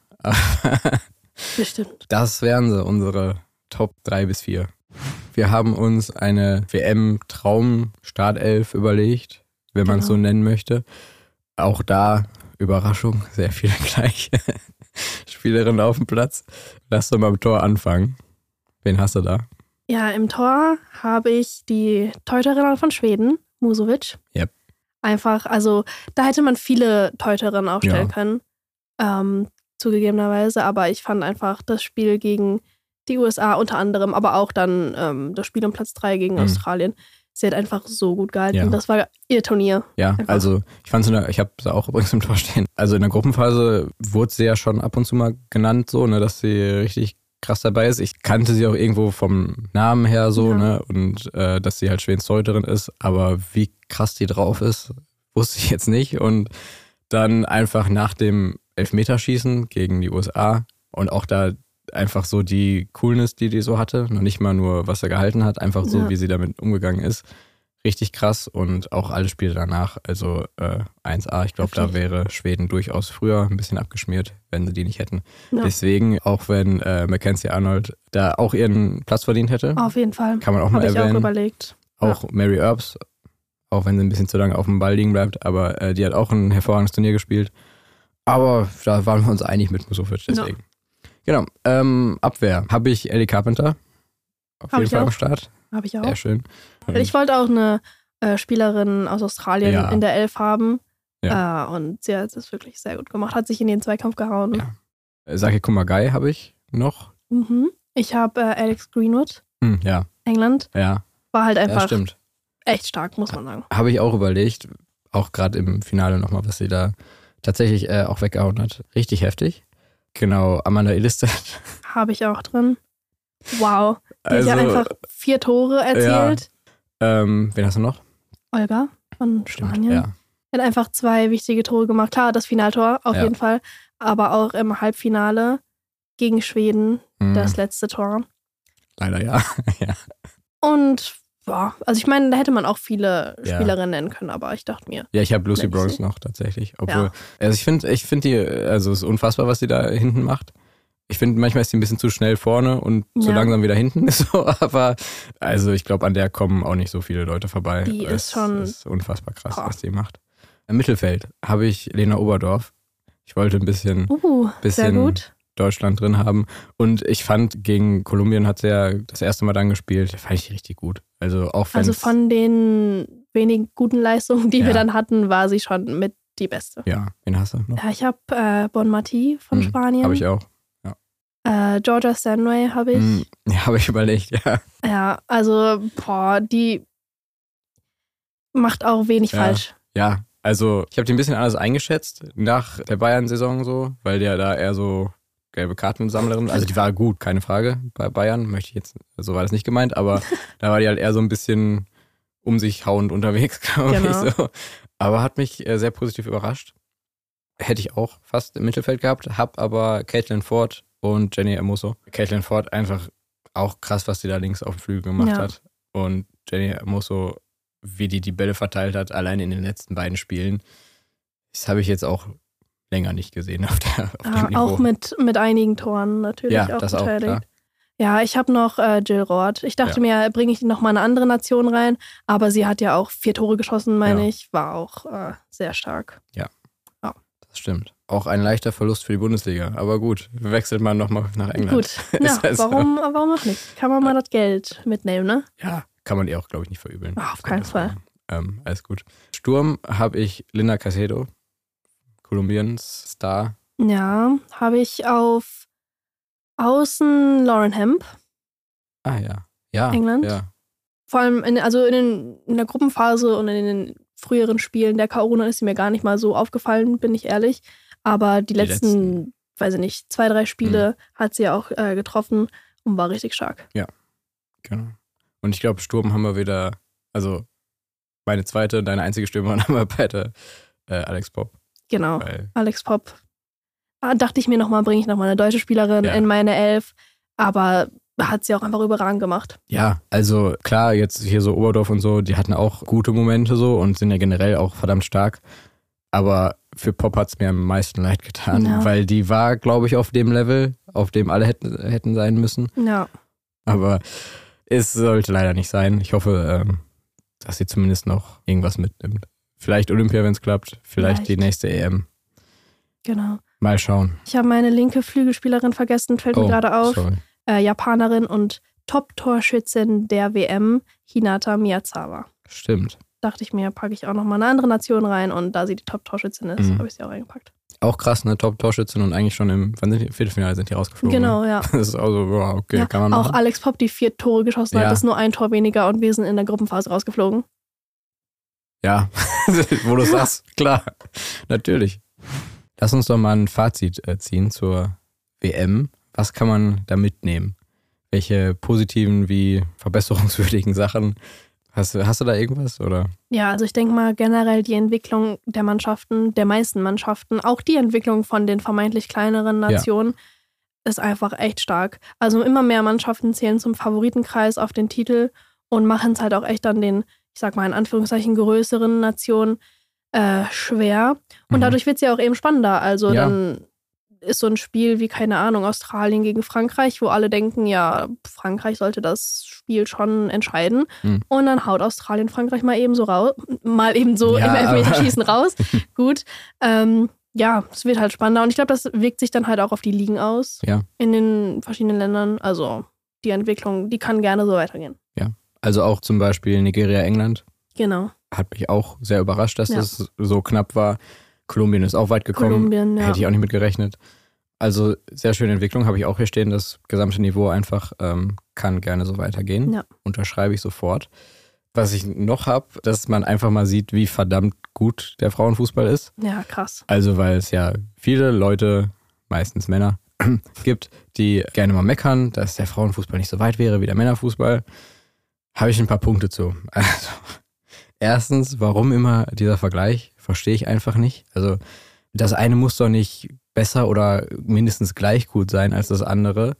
Bestimmt. Das wären so unsere Top 3 bis 4. Wir haben uns eine WM-Traum-Startelf überlegt, wenn man es so nennen möchte. Auch da, Überraschung, sehr viele gleiche Spielerinnen auf dem Platz. Lass doch mal im Tor anfangen. Wen hast du da? Ja, im Tor habe ich die Torhüterin von Schweden, Musovic. Yep. Einfach, also da hätte man viele Torhüterinnen aufstellen können, zugegebenerweise. Aber ich fand einfach das Spiel gegen die USA unter anderem, aber auch dann das Spiel um Platz 3 gegen Australien. Sie hat einfach so gut gehalten. Ja. Das war ihr Turnier. Ja, einfach. Also ich fand ich habe sie auch übrigens im Tor stehen. Also in der Gruppenphase wurde sie ja schon ab und zu mal genannt, so, ne, dass sie richtig krass dabei ist. Ich kannte sie auch irgendwo vom Namen her so, ne, und dass sie halt Schwedens Torhüterin ist, aber wie krass die drauf ist, wusste ich jetzt nicht. Und dann einfach nach dem Elfmeterschießen gegen die USA und auch da einfach so die Coolness, die so hatte, noch nicht mal nur, was er gehalten hat, einfach so, wie sie damit umgegangen ist. Richtig krass und auch alle Spiele danach, also 1A. Ich glaube, da wäre Schweden durchaus früher ein bisschen abgeschmiert, wenn sie die nicht hätten. Ja. Deswegen, auch wenn Mackenzie Arnold da auch ihren Platz verdient hätte. Auf jeden Fall. Kann man auch mal erwähnen. Habe ich auch überlegt. Auch Mary Earps, auch wenn sie ein bisschen zu lange auf dem Ball liegen bleibt, aber die hat auch ein hervorragendes Turnier gespielt. Aber da waren wir uns einig mit Musovic, deswegen. Ja. Genau, Abwehr habe ich Ellie Carpenter auf jeden Fall am Start. Habe ich auch. Sehr schön. Ich wollte auch eine Spielerin aus Australien in der 11 haben. Ja. Und sie hat es wirklich sehr gut gemacht. Hat sich in den Zweikampf gehauen. Ja. Saki Kumagai habe ich noch. Ich habe Alex Greenwood. Ja. England. Ja. War halt einfach stimmt. Echt stark, muss man sagen. Habe ich auch überlegt. Auch gerade im Finale nochmal, was sie da tatsächlich auch weggehauen hat. Richtig heftig. Genau, Amanda Ilestedt. Habe ich auch drin. Wow. Die hat ja einfach 4 Tore erzielt. Ja. Wen hast du noch? Olga von Spanien. Ja. Hat einfach 2 wichtige Tore gemacht. Klar, das Finaltor auf jeden Fall. Aber auch im Halbfinale gegen Schweden das letzte Tor. Leider ja. Und also ich meine, da hätte man auch viele Spielerinnen nennen können, aber ich dachte mir. Ja, ich habe Lucy Bronze noch tatsächlich. Obwohl, also ich finde die, also es ist unfassbar, was sie da hinten macht. Ich finde, manchmal ist sie ein bisschen zu schnell vorne und zu langsam wieder hinten. So, aber also ich glaube, an der kommen auch nicht so viele Leute vorbei. Die ist schon. Es ist unfassbar krass, was die macht. Im Mittelfeld habe ich Lena Oberdorf. Ich wollte ein bisschen sehr gut. Deutschland drin haben. Und ich fand, gegen Kolumbien hat sie ja das erste Mal dann gespielt. Fand ich richtig gut. Also von den wenigen guten Leistungen, die wir dann hatten, war sie schon mit die beste. Ja, wen hast du noch? Ja, ich habe Bon Mati von Spanien. Habe ich auch. Georgia Stanway habe ich. Ja, habe ich überlegt, ja. Ja, also, die macht auch wenig falsch. Ja, also ich habe die ein bisschen anders eingeschätzt nach der Bayern-Saison so, weil die ja da eher so gelbe Kartensammlerin, also die war gut, keine Frage, bei Bayern, möchte ich jetzt, so war das nicht gemeint, aber da war die halt eher so ein bisschen um sich hauend unterwegs, glaube ich so. Aber hat mich sehr positiv überrascht. Hätte ich auch fast im Mittelfeld gehabt, hab aber Caitlin Ford und Jenny Hermoso. Caitlin Ford einfach auch krass, was die da links auf dem Flügel gemacht hat. Und Jenny Hermoso, wie die Bälle verteilt hat, allein in den letzten beiden Spielen. Das habe ich jetzt auch länger nicht gesehen auf dem Niveau. Auch mit einigen Toren natürlich auch das beteiligt. Auch, klar. Ja, ich habe noch Jill Roth. Ich dachte mir, bringe ich noch mal eine andere Nation rein. Aber sie hat ja auch 4 Tore geschossen, meine ich. War auch sehr stark. Ja, das stimmt. Auch ein leichter Verlust für die Bundesliga. Aber gut, wechselt man nochmal nach England. Gut, ja, warum auch nicht? Kann man mal das Geld mitnehmen, ne? Ja, kann man ihr auch, glaube ich, nicht verübeln. Auf keinen Fall. Alles gut. Sturm habe ich Linda Caicedo, Kolumbiens Star. Ja, habe ich auf Außen Lauren Hemp. Ah ja. England. Ja. Vor allem in der Gruppenphase und in den früheren Spielen der K.O. ist sie mir gar nicht mal so aufgefallen, bin ich ehrlich. Aber die letzten, weiß ich nicht, 2, 3 Spiele hat sie ja auch getroffen und war richtig stark. Ja, genau. Und ich glaube, Sturm haben wir wieder, also meine zweite, deine einzige Stürmerin haben wir beide Alex Popp. Genau, Alex Popp. Dachte ich mir nochmal, bringe ich nochmal eine deutsche Spielerin in meine 11. Aber hat sie auch einfach überragend gemacht. Ja, also klar, jetzt hier so Oberdorf und so, die hatten auch gute Momente so und sind ja generell auch verdammt stark. Aber für Popp hat es mir am meisten leid getan, weil die war, glaube ich, auf dem Level, auf dem alle hätten sein müssen. Ja. Aber es sollte leider nicht sein. Ich hoffe, dass sie zumindest noch irgendwas mitnimmt. Vielleicht Olympia, wenn es klappt. Vielleicht die nächste EM. Genau. Mal schauen. Ich habe meine linke Flügelspielerin vergessen, fällt mir gerade auf. Sorry. Japanerin und Top-Torschützin der WM, Hinata Miyazawa. Stimmt. Dachte ich mir, packe ich auch nochmal eine andere Nation rein und da sie die Top-Torschützin ist, habe ich sie auch reingepackt. Auch krass, eine Top-Torschützin und eigentlich schon wann sind die? Viertelfinale sind die rausgeflogen. Genau, ja. Das ist also, ja, okay, ja, kann man auch machen. Alex Popp, die 4 Tore geschossen hat, ist nur ein Tor weniger und wir sind in der Gruppenphase rausgeflogen. Ja, wo du sagst, klar, natürlich. Lass uns doch mal ein Fazit ziehen zur WM. Was kann man da mitnehmen? Welche positiven wie verbesserungswürdigen Sachen? Hast du da irgendwas, oder? Ja, also ich denke mal generell die Entwicklung der Mannschaften, der meisten Mannschaften, auch die Entwicklung von den vermeintlich kleineren Nationen ist einfach echt stark. Also immer mehr Mannschaften zählen zum Favoritenkreis auf den Titel und machen es halt auch echt an den, ich sag mal in Anführungszeichen, größeren Nationen schwer. Und dadurch wird es ja auch eben spannender. Also dann ist so ein Spiel wie, keine Ahnung, Australien gegen Frankreich, wo alle denken, ja, Frankreich sollte das Spiel schon entscheiden. Und dann haut Australien Frankreich mal eben so raus, im Elfmeterschießen raus. Gut. Es wird halt spannender. Und ich glaube, das wirkt sich dann halt auch auf die Ligen aus. Ja. In den verschiedenen Ländern. Also die Entwicklung, die kann gerne so weitergehen. Ja. Also auch zum Beispiel Nigeria, England. Genau. Hat mich auch sehr überrascht, dass das so knapp war. Kolumbien ist auch weit gekommen. Hätte ich auch nicht mit gerechnet. Also sehr schöne Entwicklung, habe ich auch hier stehen. Das gesamte Niveau einfach kann gerne so weitergehen. Ja. Unterschreibe ich sofort. Was ich noch habe, dass man einfach mal sieht, wie verdammt gut der Frauenfußball ist. Ja, krass. Also weil es ja viele Leute, meistens Männer, gibt, die gerne mal meckern, dass der Frauenfußball nicht so weit wäre wie der Männerfußball. Habe ich ein paar Punkte zu. Also erstens, warum immer dieser Vergleich? Verstehe ich einfach nicht. Also das eine muss doch nicht besser oder mindestens gleich gut sein als das andere.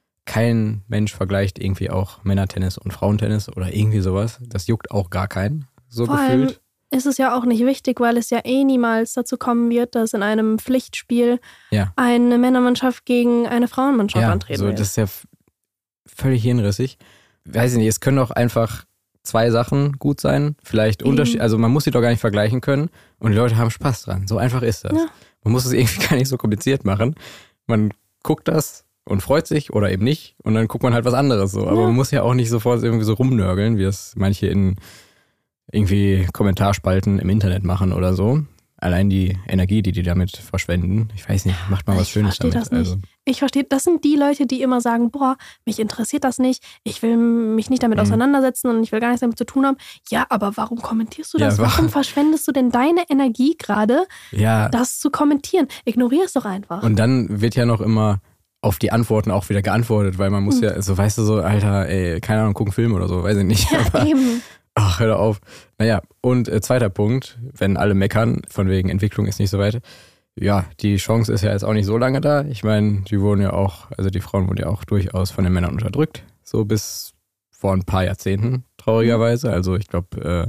Kein Mensch vergleicht irgendwie auch Männertennis und Frauentennis oder irgendwie sowas. Das juckt auch gar keinen, so vor gefühlt. Allem ist es ja auch nicht wichtig, weil es ja niemals dazu kommen wird, dass in einem Pflichtspiel eine Männermannschaft gegen eine Frauenmannschaft antreten wird. Das ist ja völlig hirnrissig. Weiß ich nicht, es können doch einfach 2 Sachen gut sein, vielleicht Unterschied, also man muss sie doch gar nicht vergleichen können und die Leute haben Spaß dran. So einfach ist das. Ja. Man muss es irgendwie gar nicht so kompliziert machen. Man guckt das und freut sich oder eben nicht und dann guckt man halt was anderes so. Aber man muss ja auch nicht sofort irgendwie so rumnörgeln, wie es manche in irgendwie Kommentarspalten im Internet machen oder so. Allein die Energie, die damit verschwenden, ich weiß nicht, macht mal was Schönes damit. Das nicht. Ich verstehe, das sind die Leute, die immer sagen, boah, mich interessiert das nicht, ich will mich nicht damit auseinandersetzen und ich will gar nichts damit zu tun haben. Ja, aber warum kommentierst du das? Warum verschwendest du denn deine Energie gerade, das zu kommentieren? Ignorier es doch einfach. Und dann wird ja noch immer auf die Antworten auch wieder geantwortet, weil man muss ja, so weißt du so, Alter, ey, keine Ahnung, guck einen Film oder so, weiß ich nicht. Ja, aber eben. Ach, hör auf. Naja, und zweiter Punkt, wenn alle meckern, von wegen Entwicklung ist nicht so weit. Ja, die Chance ist ja jetzt auch nicht so lange da. Ich meine, die Frauen wurden ja auch durchaus von den Männern unterdrückt. So bis vor ein paar Jahrzehnten, traurigerweise. Also ich glaube,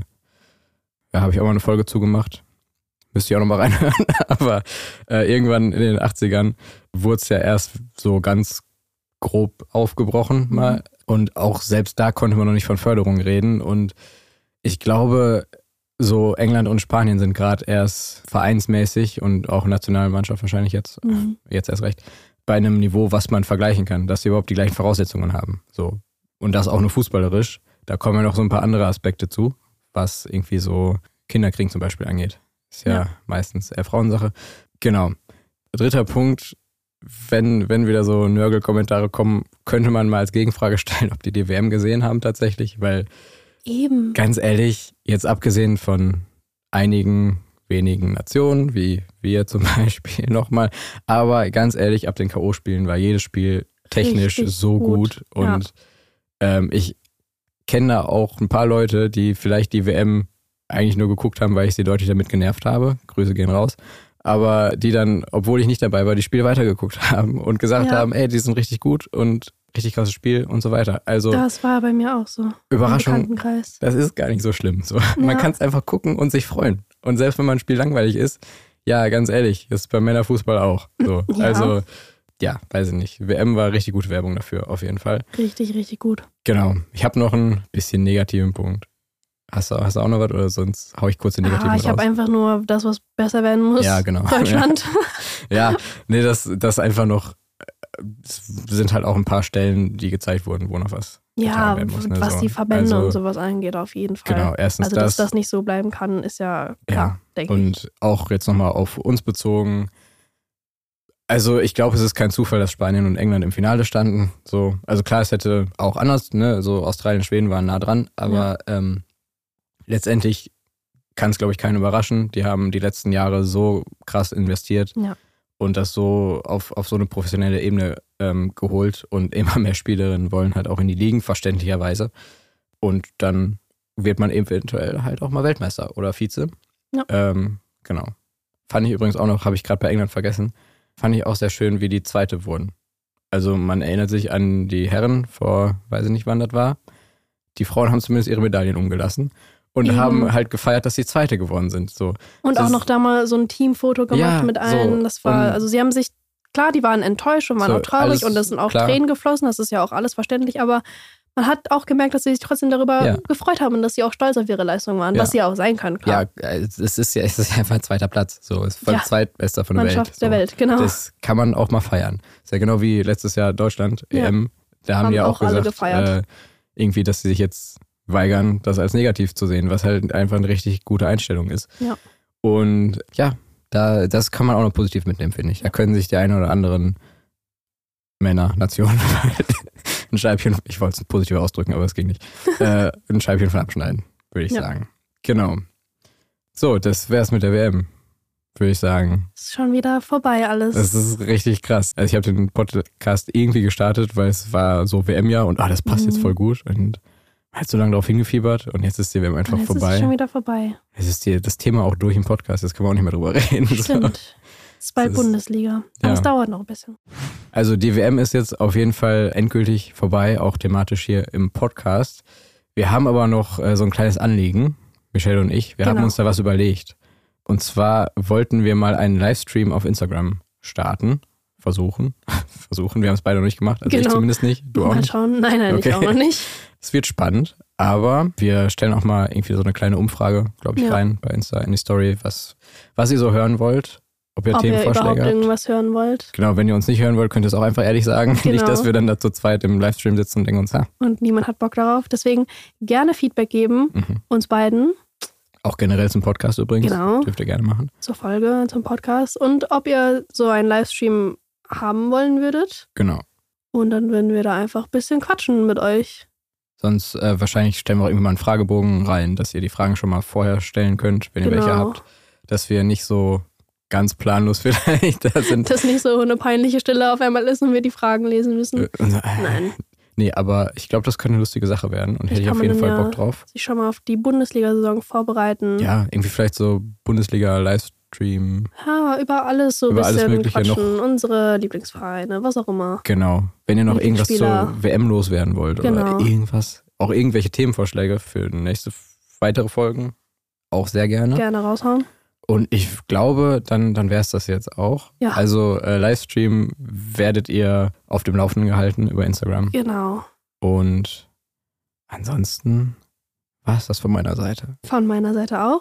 da habe ich auch mal eine Folge zugemacht. Müsste ich auch noch mal reinhören. Aber irgendwann in den 80ern wurde es ja erst so ganz grob aufgebrochen mal. Und auch selbst da konnte man noch nicht von Förderung reden. Und ich glaube, so England und Spanien sind gerade erst vereinsmäßig und auch Nationalmannschaft wahrscheinlich jetzt erst recht, bei einem Niveau, was man vergleichen kann, dass sie überhaupt die gleichen Voraussetzungen haben. So. Und das auch nur fußballerisch. Da kommen ja noch so ein paar andere Aspekte zu, was irgendwie so Kinderkriegen zum Beispiel angeht. Ist ja meistens eher Frauensache. Genau. Dritter Punkt. Wenn wieder so Nörgel-Kommentare kommen, könnte man mal als Gegenfrage stellen, ob die WM gesehen haben tatsächlich, weil ganz ehrlich, jetzt abgesehen von einigen wenigen Nationen, wie wir zum Beispiel nochmal, aber ganz ehrlich, ab den K.O.-Spielen war jedes Spiel technisch richtig so gut und ich kenne da auch ein paar Leute, die vielleicht die WM eigentlich nur geguckt haben, weil ich sie deutlich damit genervt habe. Grüße gehen raus. Aber die dann, obwohl ich nicht dabei war, die Spiele weitergeguckt haben und gesagt haben, ey, die sind richtig gut und richtig krasses Spiel und so weiter. Also das war bei mir auch so. Überraschung, das ist gar nicht so schlimm. So. Man kann es einfach gucken und sich freuen. Und selbst wenn man ein Spiel langweilig ist, ja, ganz ehrlich, ist beim Männerfußball auch so. Also, ja, weiß ich nicht. WM war richtig gute Werbung dafür, auf jeden Fall. Richtig, richtig gut. Genau. Ich habe noch einen bisschen negativen Punkt. Hast du auch noch was oder sonst hau ich kurz den negativen raus? Ich habe einfach nur das, was besser werden muss. Ja, genau. Deutschland. Ja, das einfach noch, es sind halt auch ein paar Stellen, die gezeigt wurden, wo noch was Ja, werden muss, ne? was so. die Verbände also, und sowas angeht, auf jeden Fall. Genau, erstens also, dass das nicht so bleiben kann, ist ja klar, denke ich. Und auch jetzt nochmal auf uns bezogen. Also ich glaube, es ist kein Zufall, dass Spanien und England im Finale standen. So, also klar, es hätte auch anders, ne? So Australien, Schweden waren nah dran, aber letztendlich kann es, glaube ich, keinen überraschen. Die haben die letzten Jahre so krass investiert und das so auf so eine professionelle Ebene geholt und immer mehr Spielerinnen wollen halt auch in die Ligen, verständlicherweise. Und dann wird man eventuell halt auch mal Weltmeister oder Vize. Ja. Genau. Fand ich übrigens auch noch, habe ich gerade bei England vergessen, fand ich auch sehr schön, wie die Zweite wurden. Also man erinnert sich an die Herren vor, weiß ich nicht, wann das war. Die Frauen haben zumindest ihre Medaillen umgelassen und haben halt gefeiert, dass sie Zweite geworden sind. So. Und auch noch da mal so ein Teamfoto gemacht mit allen. So. Das war, also sie haben sich, klar, die waren enttäuscht und waren auch traurig und es sind auch Tränen geflossen, das ist ja auch alles verständlich, aber man hat auch gemerkt, dass sie sich trotzdem darüber gefreut haben und dass sie auch stolz auf ihre Leistung waren, was sie auch sein können, klar. Ja, es ist ja einfach zweiter Platz. So, es ist voll zweitbester von der Mannschaft Welt. Der Welt, genau. Das kann man auch mal feiern. Ist ja genau wie letztes Jahr Deutschland, EM. Da haben die auch gesagt, irgendwie, dass sie sich jetzt weigern, das als negativ zu sehen, was halt einfach eine richtig gute Einstellung ist. Ja. Und ja, das kann man auch noch positiv mitnehmen, finde ich. Da können sich die einen oder anderen Männer, Nationen ein Scheibchen, ich wollte es positiv ausdrücken, aber es ging nicht, ein Scheibchen von abschneiden, würde ich sagen. Genau. So, das wär's mit der WM, würde ich sagen. Ist schon wieder vorbei alles. Das ist richtig krass. Also ich habe den Podcast irgendwie gestartet, weil es war so WM-Jahr und das passt jetzt voll gut und halt so lange darauf hingefiebert und jetzt ist die WM einfach vorbei. Jetzt ist schon wieder vorbei. Es ist hier das Thema auch durch im Podcast, jetzt können wir auch nicht mehr drüber reden. Stimmt. So. Es ist bald Bundesliga. Aber es dauert noch ein bisschen. Also die WM ist jetzt auf jeden Fall endgültig vorbei, auch thematisch hier im Podcast. Wir haben aber noch so ein kleines Anliegen, Michelle und ich. Wir haben uns da was überlegt. Und zwar wollten wir mal einen Livestream auf Instagram starten. Versuchen. Wir haben es beide noch nicht gemacht. Also ich zumindest nicht. Du auch nicht? Mal schauen. Nein, ich auch noch nicht. Es wird spannend, aber wir stellen auch mal irgendwie so eine kleine Umfrage, glaube ich, rein bei Insta in die Story, was ihr so hören wollt. Ob ihr Themenvorschläge habt. Irgendwas hören wollt. Genau, wenn ihr uns nicht hören wollt, könnt ihr es auch einfach ehrlich sagen. Genau. Nicht, dass wir dann da zu zweit im Livestream sitzen und denken uns, und niemand hat Bock darauf. Deswegen gerne Feedback geben, uns beiden. Auch generell zum Podcast übrigens. Genau. Dürft ihr gerne machen. Zur Folge, zum Podcast. Und ob ihr so einen Livestream haben wollen würdet. Genau. Und dann würden wir da einfach ein bisschen quatschen mit euch. Sonst wahrscheinlich stellen wir auch irgendwie mal einen Fragebogen rein, dass ihr die Fragen schon mal vorher stellen könnt, wenn ihr welche habt. Dass wir nicht so ganz planlos vielleicht da sind. Dass nicht so eine peinliche Stille auf einmal ist und wir die Fragen lesen müssen. Nein. Nee, aber ich glaube, das könnte eine lustige Sache werden und hätte ich auf jeden Fall Bock drauf. Sich schon mal auf die Bundesliga-Saison vorbereiten. Ja, irgendwie vielleicht so Bundesliga-Livestream. Ja, über alles so ein bisschen quatschen. Unsere Lieblingsvereine, was auch immer. Genau. Wenn ihr noch irgendwas zur WM loswerden wollt oder irgendwas, auch irgendwelche Themenvorschläge für nächste weitere Folgen, auch sehr gerne. Gerne raushauen. Und ich glaube, dann wäre es das jetzt auch. Ja. Also Livestream werdet ihr auf dem Laufenden gehalten über Instagram. Genau. Und ansonsten war es das von meiner Seite. Von meiner Seite auch.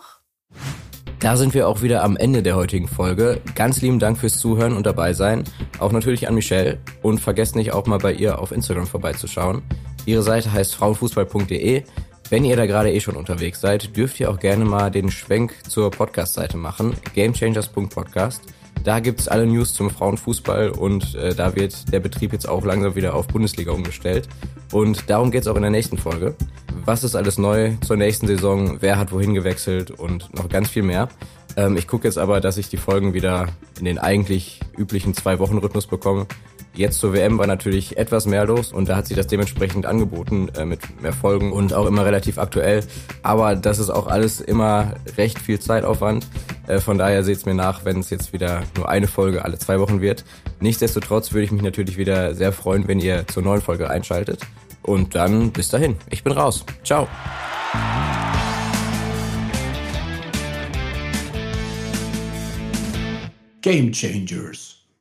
Da sind wir auch wieder am Ende der heutigen Folge. Ganz lieben Dank fürs Zuhören und dabei sein. Auch natürlich an Michelle. Und vergesst nicht auch mal bei ihr auf Instagram vorbeizuschauen. Ihre Seite heißt frauenfußball.de. Wenn ihr da gerade schon unterwegs seid, dürft ihr auch gerne mal den Schwenk zur Podcast-Seite machen, gamechangers.podcast. Da gibt's alle News zum Frauenfußball und da wird der Betrieb jetzt auch langsam wieder auf Bundesliga umgestellt. Und darum geht's auch in der nächsten Folge. Was ist alles neu zur nächsten Saison, wer hat wohin gewechselt und noch ganz viel mehr. Ich gucke jetzt aber, dass ich die Folgen wieder in den eigentlich üblichen 2-Wochen-Rhythmus bekomme. Jetzt zur WM war natürlich etwas mehr los und da hat sich das dementsprechend angeboten mit mehr Folgen und auch immer relativ aktuell. Aber das ist auch alles immer recht viel Zeitaufwand. Von daher seht's mir nach, wenn es jetzt wieder nur eine Folge alle 2 Wochen wird. Nichtsdestotrotz würde ich mich natürlich wieder sehr freuen, wenn ihr zur neuen Folge einschaltet. Und dann bis dahin. Ich bin raus. Ciao. Game Changers.